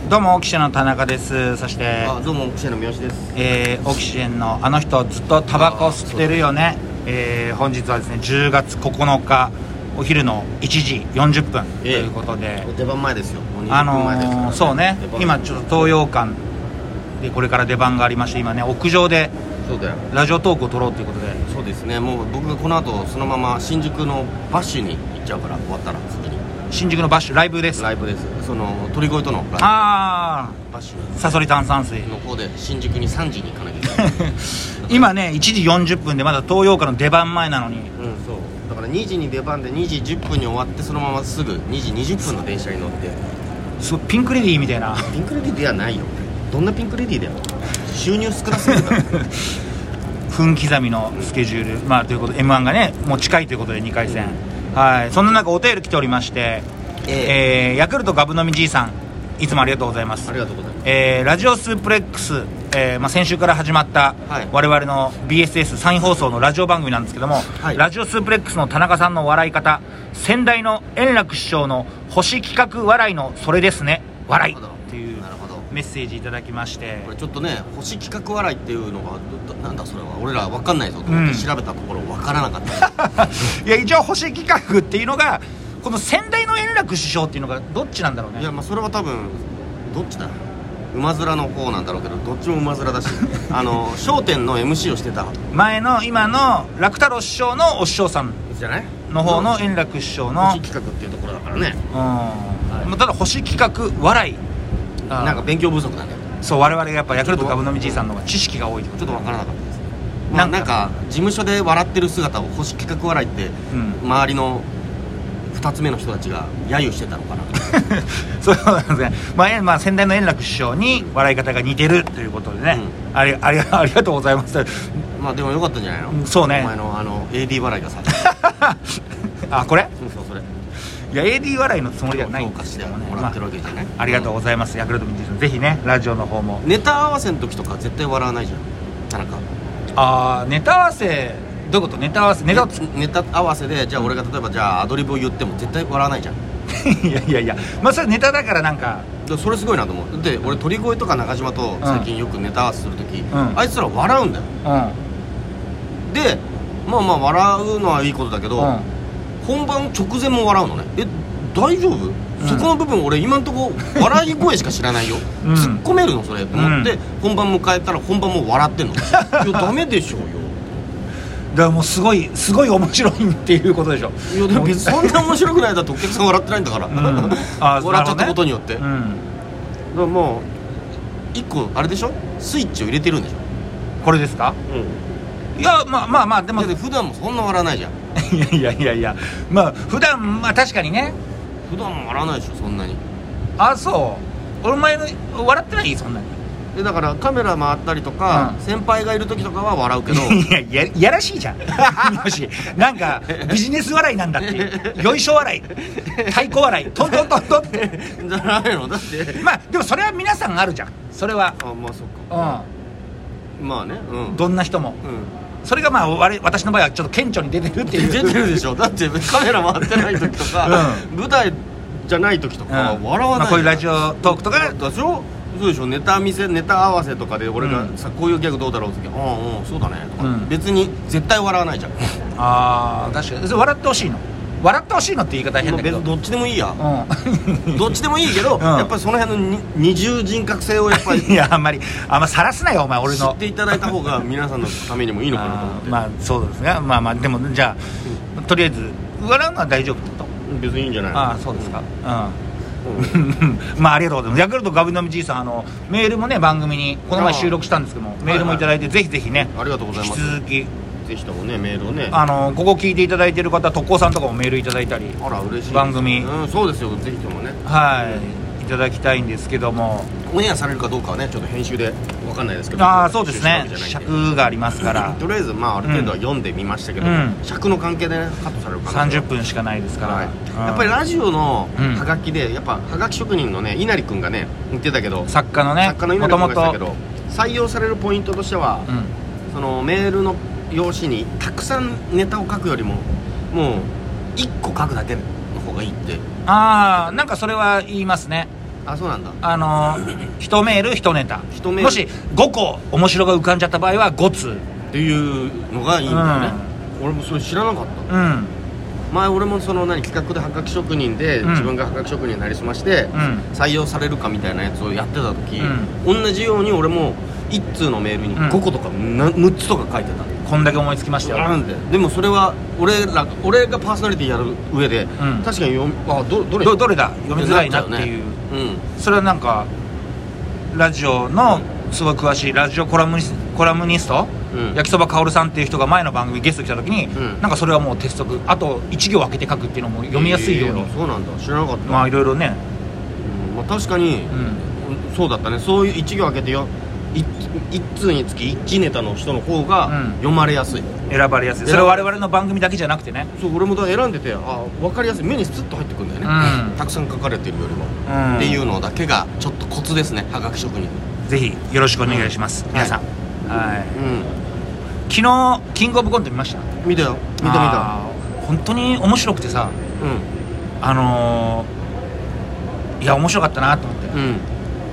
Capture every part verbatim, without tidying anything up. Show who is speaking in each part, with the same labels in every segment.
Speaker 1: どうもオキシエンの田中です。そして
Speaker 2: あどうもオキシエンの三好です。
Speaker 1: えー、オキシエンのあの人ずっとタバコ吸ってるよね。えー、本日はですねじゅうがつここのかお昼のいちじよんじゅっぷんということで、
Speaker 2: えー、出番前ですよ。もうにじゅっぷん
Speaker 1: あの
Speaker 2: 前ですからね、
Speaker 1: ー、そうね、今ちょっと東洋館でこれから出番がありまして、今ね屋上で
Speaker 2: そうだよ
Speaker 1: ラジオトークを撮ろうということで。
Speaker 2: そうですね、もう僕がこの後そのまま新宿のバッシュに行っちゃうから、終わったらすぐに
Speaker 1: 新宿のバッシュライブです。
Speaker 2: ライブです。その鳥越とのライブ、
Speaker 1: あ
Speaker 2: バッシュ
Speaker 1: あサソリ炭酸水
Speaker 2: の方で新宿にさんじに行かなきゃいけない
Speaker 1: 今ねいちじよんじゅっぷんでまだ東洋館の出番前なのに。
Speaker 2: うん、そうだからにじに出番でにじじゅっぷんに終わって、そのまますぐにじにじゅっぷんの電車に乗って、
Speaker 1: すごいピンクレディーみたいな。
Speaker 2: ピンクレディーではないよ。どんなピンクレディーだよ、収入少なすぎるから
Speaker 1: 分刻みのスケジュール、まあということで エムワン がねもう近いということでにかい戦、はい、そんな中お便り来ておりまして、
Speaker 2: ええ
Speaker 1: えー、ヤクルトガブ飲みじいさんいつもありがとうございます。
Speaker 2: ありがとうございます。
Speaker 1: えー、ラジオスープレックス、えーまあ、先週から始まった
Speaker 2: はい
Speaker 1: 我々の ビーエスエス サイン放送のラジオ番組なんですけども、
Speaker 2: はい、
Speaker 1: ラジオスープレックスの田中さんの笑い方、先代の円楽師匠の星企画笑いのそれですね笑いっていう
Speaker 2: なるほど
Speaker 1: メッセージいただきまして、
Speaker 2: これちょっとね、星企画笑いっていうのがなんだそれは、俺ら分かんないぞと思って調べたところ分からなかった
Speaker 1: いや一応星企画っていうのがこの先代の円楽師匠っていうのがどっちなんだろうね。
Speaker 2: いやまあそれは多分どっちだ、馬面の方なんだろうけど、どっちも馬面だしあの笑点の エムシー をしてた
Speaker 1: 前の今の楽太郎師匠のお師匠さん
Speaker 2: じゃない
Speaker 1: の方の円楽師匠の
Speaker 2: 星企画っていうところだからね、
Speaker 1: うん、まあただ星企画笑い
Speaker 2: なんか勉強不足なんだよ。
Speaker 1: そう我々がやっぱヤクルトガブ飲みじいさんの方が知識が多いってこと
Speaker 2: ちょっと分からなかったです。
Speaker 1: なか
Speaker 2: なんんか事務所で笑ってる姿を星企画笑いって、
Speaker 1: うん
Speaker 2: 周りのふたつめの人たちが揶揄してたのかな
Speaker 1: そうなんですね、まあえまあ、先代の円楽師匠に笑い方が似てるということでね、うん、ありありありがとうございます。
Speaker 2: まあでもよかったんじゃないの。
Speaker 1: そうね、
Speaker 2: お前のあの エーディー 笑いがさ
Speaker 1: あこれ
Speaker 2: そうそうそれ
Speaker 1: いや エーディー 笑いのつもりではないんですけどもね、
Speaker 2: もらってるわけじゃない、
Speaker 1: まあ、ありがとうございます、うん、ヤクルトみじいさんぜひねラジオの方も
Speaker 2: ネタ合わせの時とか絶対笑わないじゃん田中。
Speaker 1: ああネタ合わせどういうこと。ネタ合わせネタ
Speaker 2: ネタ合わせでじゃあ俺が例えばじゃあアドリブを言っても絶対笑わないじゃん
Speaker 1: いやいやいやまあそれネタだからなんか
Speaker 2: それすごいなと思う。で俺鳥越とか中島と最近よくネタ合わせする時、
Speaker 1: うん、
Speaker 2: あいつら笑うんだよ、
Speaker 1: うん、
Speaker 2: でまあまあ笑うのはいいことだけど、うん、本番直前も笑うのね。え大丈夫、うん、そこの部分俺今んとこ笑い声しか知らないよ、うん、突っ込めるのそれと思って、うん、本番迎えたら本番もう笑ってんのいやダメでしょうよ
Speaker 1: だからもうすごいすごい面白いっていうことでしょ。
Speaker 2: いやでも別にそんな面白くないだってお客さん笑ってないんだから、うん、あ笑っちゃったことによって、ね、うん、だからもう一個あれでしょ、スイッチを入れてるんでしょ
Speaker 1: これですか。うん、いやまあまあまあでも
Speaker 2: 普段もそんな笑わないじゃん
Speaker 1: いやいやいやいやまあ普段まあ確かにね
Speaker 2: 普段も笑わないでしょそんなに。
Speaker 1: あそう、お前の笑ってないそんなに。
Speaker 2: でだからカメラ回ったりとか、うん、先輩がいる時とかは笑うけど
Speaker 1: いやややらしいじゃんよしなんかビジネス笑いなんだってよいしょ笑い太鼓笑いトントントントンって
Speaker 2: じゃないのだって
Speaker 1: まあでもそれは皆さんあるじゃんそれは。
Speaker 2: あまあそっか、うん、まあね、うん、
Speaker 1: どんな人も、うん、それがまあ私の場合はちょっと顕著に出てるっていう
Speaker 2: 出てるでしょだってカメラ回ってない時とか、うん、舞台じゃない時とかは笑わない、うんまあ、
Speaker 1: こういうラジオトークとか
Speaker 2: でしょ。そうでしょ、ネタ見せネタ合わせとかで俺がさ、うん、こういうギャグどうだろうって言って「ああうんそうだね」とか、うん、別に絶対笑わないじゃん
Speaker 1: ああ確かに。それ笑ってほしいの笑ってほしいのって言い方変だけど
Speaker 2: どっちでもいいや、うん、どっちでもいいけど、うん、やっぱりその辺の二重人格性をやっぱり
Speaker 1: いやあんまりあんま晒すなよお前俺の
Speaker 2: 知っていただいた方が皆さんのためにもいいのかなと思って
Speaker 1: まあそうですねまあまあでもじゃあ、うん、とりあえず笑うのは大丈夫ってこと。
Speaker 2: 別にいいんじゃない。
Speaker 1: ああそうですかうん、うんまあありがとうございます。ヤクルトガブ飲みじいさんあのメールもね番組にこの前収録したんですけどもメールもいただいて、はいはい、ぜひぜひね
Speaker 2: ありがとうございます。
Speaker 1: 引き続き
Speaker 2: ぜひともねメールをね
Speaker 1: あのここ聞いていただいてる方特攻さんとかもメールいただいたり
Speaker 2: あら嬉しい
Speaker 1: 番組、
Speaker 2: うん、そうですよぜひともね
Speaker 1: はい、いただきたいんですけども
Speaker 2: オンエアされるかどうかはねちょっと編集で分かんないですけど
Speaker 1: ああそうですね尺がありますから
Speaker 2: とりあえずまあある程度は読んでみましたけど、うん、尺の関係でねカットされるかな
Speaker 1: さんじゅっぷんしかないですから、はい
Speaker 2: うん、やっぱりラジオのハガキで、うん、やっぱハガキ職人のね稲荷君がね言ってたけど
Speaker 1: 作家のね
Speaker 2: 作家の稲荷君が言ってたけど採用されるポイントとしては、うん、そのメールの用紙にたくさんネタを書くよりももういっこ書くだけの方がいいって。
Speaker 1: ああなんかそれは言いますね。
Speaker 2: あ、そうなんだ。
Speaker 1: あのいちメールいちネタ、
Speaker 2: 一メール
Speaker 1: もしごこ面白が浮かんじゃった場合はご通
Speaker 2: っていうのがいいんだよね、うん、俺もそれ知らなかった、うん、前俺もその何企画ではがき職人で、うん、自分がはがき職人になりすまして、うん、採用されるかみたいなやつをやってた時、うん、同じように俺もいち通のメールにごことか、うん、むっつとか書いてた。
Speaker 1: こんだけ思いつきましたよ。
Speaker 2: なんででもそれは俺ら俺がパーソナリティやる上で、うん、確かに読みあ ど, どれ
Speaker 1: ど, どれだ読みづらいなっていう、ね、うん、それはなんかラジオのすごい詳しいラジオコラムニスコラムニスト、うん、焼きそばかおるさんっていう人が前の番組ゲスト来た時に、うん、なんかそれはもう鉄則、あといち行空けて書くっていうのも読みやすいように、えー、
Speaker 2: そうなんだ、知らなかった。
Speaker 1: まあいろいろね、
Speaker 2: うん、まあ、確かに、うん、そうだったね。そういういち行空けてよいち通につきいちネタの人の方が読まれやすい、うん、
Speaker 1: 選ばれやすい。それは我々の番組だけじゃなくてね。
Speaker 2: そう、俺もだ選んでて、あ、分かりやすい、目にスッと入ってくるんだよね、うん、たくさん書かれてるよりも、うん、っていうのだけがちょっとコツですね、はがき職人。
Speaker 1: ぜひよろしくお願いします、うん、皆さん、はい、はい、うん、昨日キングオブコント見ました？
Speaker 2: 見たよ、見た見た。
Speaker 1: 本当に面白くてさ、うん、あのー、いや面白かったなと思って、うん、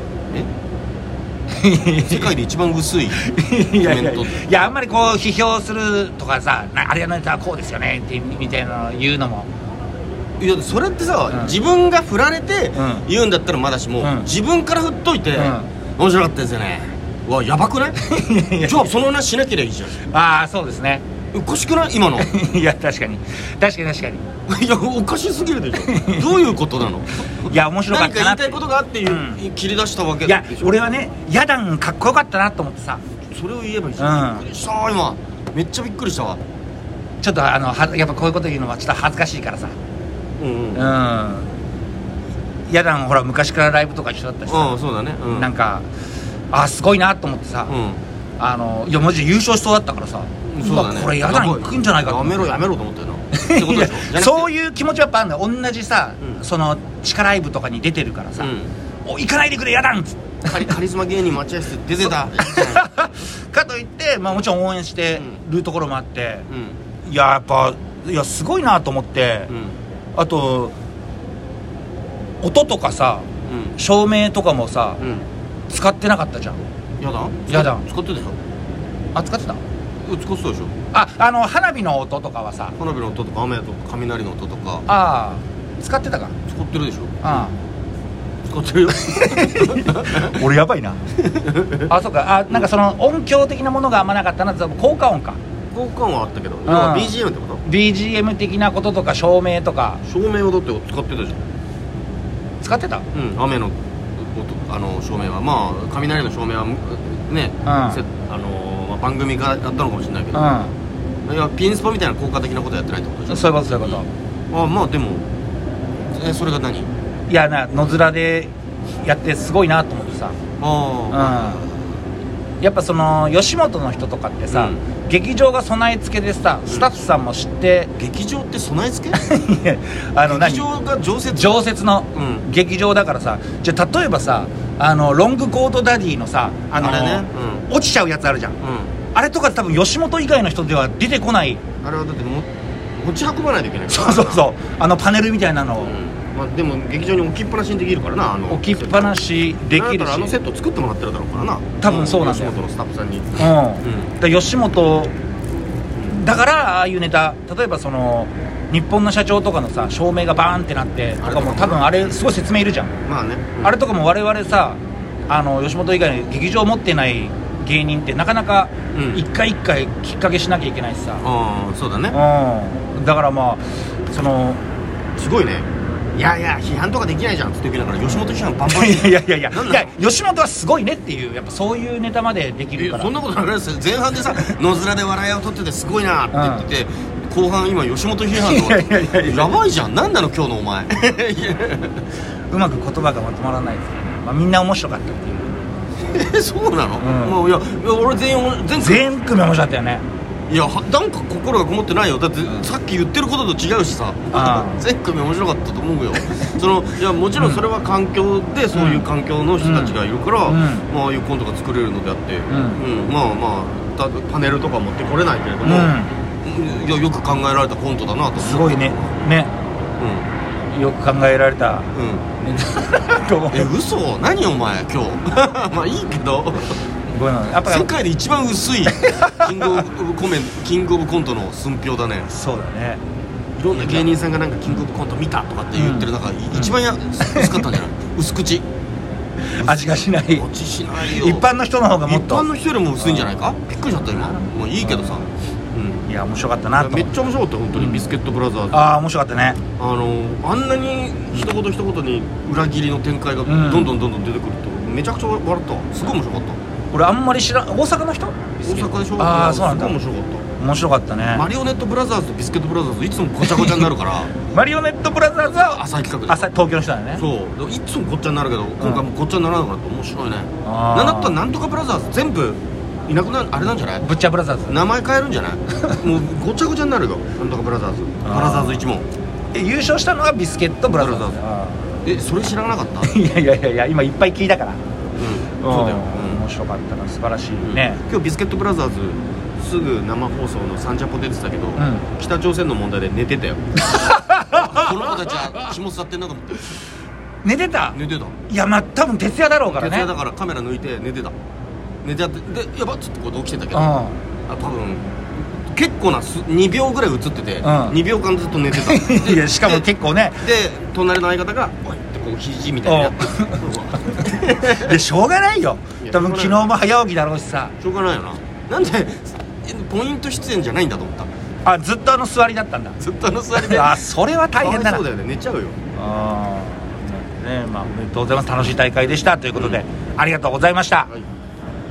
Speaker 2: え世界で一番薄いコメント。いやいやい
Speaker 1: や、あんまりこう批評するとかさ、あれやられたらこうですよねってみたいなの言うのも、
Speaker 2: いやそれってさ、うん、自分が振られて言うんだったらまだしも、うん、自分から振っといて、うん、面白かったですよね、うわ、やばくない？じゃあその話しなければいいじゃん。
Speaker 1: ああ、そうですね。
Speaker 2: おかしくない今の？
Speaker 1: いや確かに確かに確かに
Speaker 2: いやおかしすぎるでしょどういうことなの？
Speaker 1: いや面白かったなって、
Speaker 2: 何か言いたいことがあっていう、うん、切り出したわけだ。
Speaker 1: いや俺はね、ヤダンかっこよかったなと思ってさ、
Speaker 2: それを言えばいいじゃん、うん、びっくりした今、めっちゃびっくりしたわ。
Speaker 1: ちょっとあのはやっぱこういうこと言うのはちょっと恥ずかしいからさ、うんうん、うん、ヤダンほら昔からライブとか一緒だったしさ、
Speaker 2: うん、そうだね、うん、
Speaker 1: なんかあすごいなと思ってさ、うん、あのいやマジで優勝しそうだったからさ、そうだね、これヤダン行くんじゃないかと思って、
Speaker 2: やめろやめろと思ったよなってことでしょ
Speaker 1: そういう気持ちはやっぱあるんだよ。同じさ、うん、その地下ライブとかに出てるからさ、うん、お行かないでくれヤダンっつって
Speaker 2: カリ、カリスマ芸人待合室出てた
Speaker 1: かといって、まあ、もちろん応援してるところもあって、うん、いややっぱいやすごいなと思って、うん、あと音とかさ、うん、照明とかもさ、うん、使ってなかったじゃん。
Speaker 2: ヤダン？
Speaker 1: ヤダン
Speaker 2: 使ってたでしょ。
Speaker 1: あ、使ってた？
Speaker 2: 使ってたでしょ。
Speaker 1: あ、あの花火の音とかはさ、
Speaker 2: 花火の音とか雨とか雷の音とか、
Speaker 1: ああ使ってたか。
Speaker 2: 使ってるでしょ。
Speaker 1: ああ
Speaker 2: 使ってるよ
Speaker 1: 俺やばいなあ、そうか。あ、なんかその音響的なものがあんまなかったな。効果音か。
Speaker 2: 効果音はあったけど、要は ビージーエム ってこと？
Speaker 1: ビージーエム 的なこととか照明とか。
Speaker 2: 照明をだって使ってたじゃん。
Speaker 1: 使ってた？
Speaker 2: うん、雨のあの照明は、まあ雷の照明はね、うん、せあのまあ、番組がやったのかもしれないけど、うん、いやピンスポみたいな効果的なことやってないってことでしょ。
Speaker 1: そういうことそういうこと、
Speaker 2: うん、あまあでもえそれが何？
Speaker 1: いやな、野面でやってすごいなと思ってさ、あ、うん、やっぱその吉本の人とかってさ、うん、劇場が備え付けでさ、スタッフさんも知って、
Speaker 2: うん、劇場って備え付け
Speaker 1: あの
Speaker 2: 劇場が常設
Speaker 1: 常設の劇場だからさ、じゃあ例えばさ、あのロングコートダディのさ、あの
Speaker 2: あれね、
Speaker 1: うん、落ちちゃうやつあるじゃん、うん、あれとか多分吉本以外の人では出てこない。
Speaker 2: あれはだっても持ち運ばないといけないから。
Speaker 1: そうそうそう、あのパネルみたいなのを、うん、まあ、
Speaker 2: でも劇場に置きっぱなしにできるからな。あの
Speaker 1: 置きっぱなしできるし、
Speaker 2: あのセット作ってもらってるだろうからな、
Speaker 1: 多分そうなんだよ、
Speaker 2: 吉本のスタッフさんに、うん、
Speaker 1: うん、だ吉本だからああいうネタ、例えばその日本の社長とかのさ照明がバーンってなってとかも多分あれすごい説明いるじゃん。
Speaker 2: まあね、うん、
Speaker 1: あれとかも我々さ、あの吉本以外に劇場持ってない芸人ってなかなか一回一回きっかけしなきゃいけないしさ、
Speaker 2: うん、そうだね、
Speaker 1: うん、だからまあその
Speaker 2: すごいね。いやいや批判とかできないじゃんって言うから吉本批判バンバン
Speaker 1: いやいやいやいやいや吉本はすごいねっていう、やっぱそういうネタまでできるから。
Speaker 2: そんなことないですよ。前半でさ野面で笑いを取っててすごいなって言ってて、うん、後半今吉本批判のいやいやいやいややばいじゃん。何なの今日のお前
Speaker 1: うまく言葉がまとまらないですけど、まあ、みんな面白かったっていう
Speaker 2: えそうなの、うん、もういや俺全員全
Speaker 1: 全組面白かったよね。
Speaker 2: いやなんか心がこもってないよ。だってさっき言ってることと違うしさ、全組面白かったと思うよそのいやもちろんそれは環境で、そういう環境の人たちがいるから、うん、まあああいうコントが作れるのであって、うんうん、まあまあパネルとか持ってこれないけれども、うん、いやよく考えられたコントだなと思う。
Speaker 1: すごいねね、
Speaker 2: うん、
Speaker 1: よく考えられた、うん、
Speaker 2: え嘘何お前今日まあいいけどやっぱ世界で一番薄いキングオブコメンキングオブコントの寸評だね。
Speaker 1: そうだね。
Speaker 2: いろんな芸人さんがなんかキングオブコント見たとかって言ってる中、うん、一番や薄かったんじゃない薄口
Speaker 1: 味がしない。
Speaker 2: 味しないよ。
Speaker 1: 一般の人の方がもっと
Speaker 2: 一般の人よりも薄いんじゃないか。びっくりしちゃった今。もういいけどさ、
Speaker 1: うん、いや面白かったなと。
Speaker 2: めっちゃ面白かった本当に、うん、ビスケットブラザーズ。
Speaker 1: ああ面白かったね。
Speaker 2: あのあんなに一言一言に裏切りの展開がどんどんどんどん出てくると、うん、めちゃくちゃ笑った。すごい面白かった。
Speaker 1: 俺あんまり知らん。大阪の人？
Speaker 2: 大阪でしょ。
Speaker 1: ああそうなんだ。
Speaker 2: すごい面白かった。
Speaker 1: 面白かったね。
Speaker 2: マリオネットブラザーズとビスケットブラザーズいつもごちゃごちゃになるから
Speaker 1: マリオネットブラザーズは
Speaker 2: 浅い企画で
Speaker 1: 浅い東京の人だよね。
Speaker 2: そういつもごっちゃになるけど、今回もごっちゃにならなくなって面白いね。なんだったらなんとかブラザーズ全部いなくなるあれなんじゃない。
Speaker 1: ブッチャブラザーズ
Speaker 2: 名前変えるんじゃないもうごちゃごちゃになるよ。なんとかブラザーズブラザーズ一問。
Speaker 1: え優勝したのはビスケットブラザーズ。
Speaker 2: えそれ知らなかった
Speaker 1: いやいやいやいや今いっぱい聞いたから。
Speaker 2: うんそうだよ。
Speaker 1: 面白かったな。素晴らしいね。
Speaker 2: 今日ビスケットブラザーズすぐ生放送のサンジャポ出てたけど、うん、北朝鮮の問題で寝てたよこの子たちは肝座ってんなと思って
Speaker 1: 寝てた
Speaker 2: 寝てた。
Speaker 1: いやまあ多分徹夜だろうからね。
Speaker 2: 徹夜だからカメラ抜いて寝てた。寝てやってでやばっつってこう起きてたけど、あ多分結構なにびょうぐらい映ってて、うん、にびょうかんずっと寝てた
Speaker 1: いやしかも結構ね
Speaker 2: で隣の相方がおいってこう肘みたいになって
Speaker 1: でしょうがないよ。多分昨日も早起きだろうしさ。
Speaker 2: しょうがないよな。なんでポイント出演じゃないんだと思った。
Speaker 1: あずっとあの座りだったんだ。
Speaker 2: ずっとあの座りで
Speaker 1: あそれは大変だな。
Speaker 2: そうだよね寝ちゃうよ。
Speaker 1: ああねまあおめでとうございます。楽しい大会でしたということで、うん、ありがとうございました、はい。